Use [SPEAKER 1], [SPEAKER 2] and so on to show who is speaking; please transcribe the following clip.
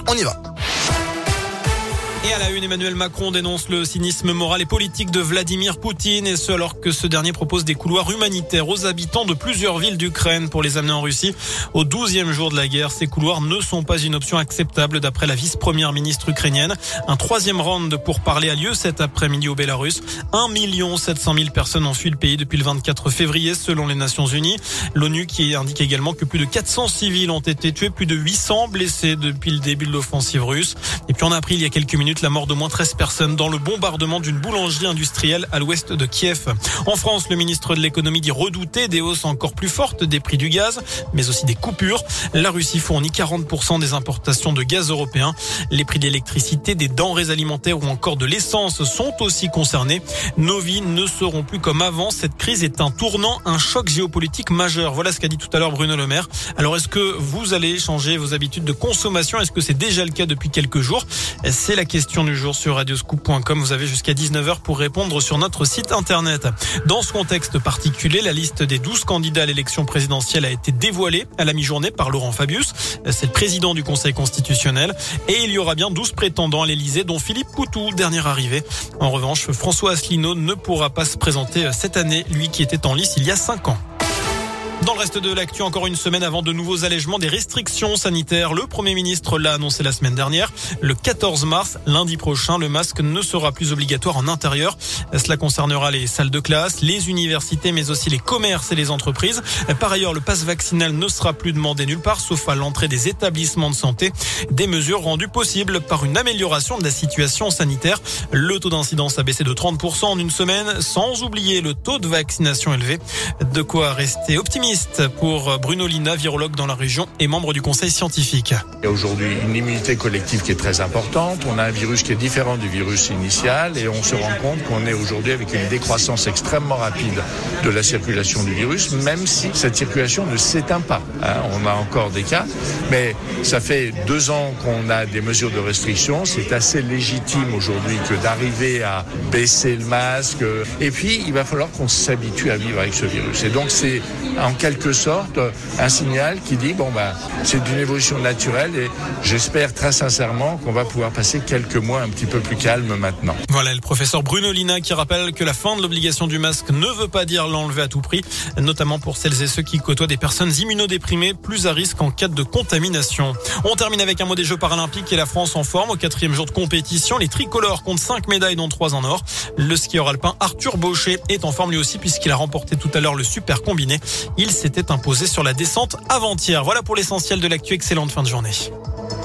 [SPEAKER 1] On y va.
[SPEAKER 2] Et à la une, Emmanuel Macron dénonce le cynisme moral et politique de Vladimir Poutine, et ce alors que ce dernier propose des couloirs humanitaires aux habitants de plusieurs villes d'Ukraine pour les amener en Russie. Au 12e jour de la guerre, ces couloirs ne sont pas une option acceptable d'après la vice-première ministre ukrainienne. Un troisième round pour parler a lieu cet après-midi au Bélarus. 1 700 000 personnes ont fui le pays depuis le 24 février selon les Nations Unies. L'ONU qui indique également que plus de 400 civils ont été tués, plus de 800 blessés depuis le début de l'offensive russe. Et puis on a appris il y a quelques minutes la mort d'au moins 13 personnes dans le bombardement d'une boulangerie industrielle à l'ouest de Kiev. En France, le ministre de l'économie dit redouter des hausses encore plus fortes des prix du gaz, mais aussi des coupures. La Russie fournit 40% des importations de gaz européen. Les prix de l'électricité, des denrées alimentaires ou encore de l'essence sont aussi concernés. Nos vies ne seront plus comme avant. Cette crise est un tournant, un choc géopolitique majeur. Voilà ce qu'a dit tout à l'heure Bruno Le Maire. Alors, est-ce que vous allez changer vos habitudes de consommation? Est-ce que c'est déjà le cas depuis quelques jours? C'est la question du jour sur radioscoop.com. Vous avez jusqu'à 19h pour répondre sur notre site internet. Dans ce contexte particulier, la liste des 12 candidats à l'élection présidentielle a été dévoilée à la mi-journée par Laurent Fabius. C'est le président du Conseil constitutionnel. Et il y aura bien 12 prétendants à l'Élysée, dont Philippe Poutou, dernier arrivé. En revanche, François Asselineau ne pourra pas se présenter cette année, lui qui était en lice il y a 5 ans. Dans le reste de l'actu, encore une semaine avant de nouveaux allègements des restrictions sanitaires. Le Premier ministre l'a annoncé la semaine dernière. Le 14 mars, lundi prochain, le masque ne sera plus obligatoire en intérieur. Cela concernera les salles de classe, les universités, mais aussi les commerces et les entreprises. Par ailleurs, le pass vaccinal ne sera plus demandé nulle part, sauf à l'entrée des établissements de santé. Des mesures rendues possibles par une amélioration de la situation sanitaire. Le taux d'incidence a baissé de 30% en une semaine, sans oublier le taux de vaccination élevé. De quoi rester optimiste pour Bruno Lina, virologue dans la région et membre du conseil scientifique.
[SPEAKER 3] Il y a aujourd'hui une immunité collective qui est très importante. On a un virus qui est différent du virus initial et on se rend compte qu'on est aujourd'hui avec une décroissance extrêmement rapide de la circulation du virus, même si cette circulation ne s'éteint pas. On a encore des cas, mais ça fait 2 ans qu'on a des mesures de restriction. C'est assez légitime aujourd'hui que d'arriver à baisser le masque. Et puis, il va falloir qu'on s'habitue à vivre avec ce virus. Et donc, c'est en quelque sorte un signal qui dit c'est une évolution naturelle et j'espère très sincèrement qu'on va pouvoir passer quelques mois un petit peu plus calmes maintenant.
[SPEAKER 2] Voilà le professeur Bruno Lina qui rappelle que la fin de l'obligation du masque ne veut pas dire l'enlever à tout prix, notamment pour celles et ceux qui côtoient des personnes immunodéprimées plus à risque en cas de contamination. On termine avec un mot des Jeux paralympiques et la France en forme au 4e jour de compétition. Les tricolores comptent 5 médailles dont 3 en or. Le skieur alpin Arthur Baucher est en forme lui aussi puisqu'il a remporté tout à l'heure le super combiné. Il s'était imposé sur la descente avant-hier. Voilà pour l'essentiel de l'actu. Excellente fin de journée.